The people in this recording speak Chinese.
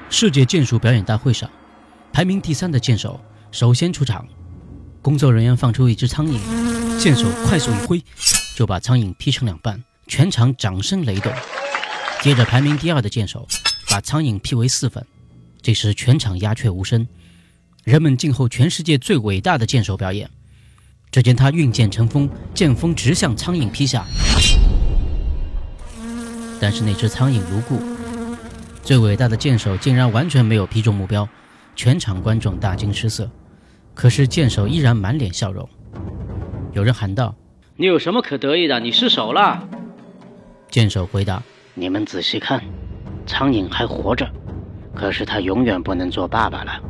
世界剑术表演大会上，排名第3的剑手首先出场。工作人员放出一只苍蝇，剑手快速一挥，就把苍蝇劈成2半，全场掌声雷动。接着排名第2的剑手把苍蝇劈为4份，这时全场鸦雀无声，人们静候全世界最伟大的剑手表演。只见他运剑成风，剑锋直向苍蝇劈下，但是那只苍蝇如故，最伟大的剑手竟然完全没有劈中目标，全场观众大惊失色。可是剑手依然满脸笑容。有人喊道：“你有什么可得意的？你失手了。”剑手回答：“你们仔细看，苍蝇还活着，可是他永远不能做爸爸了。”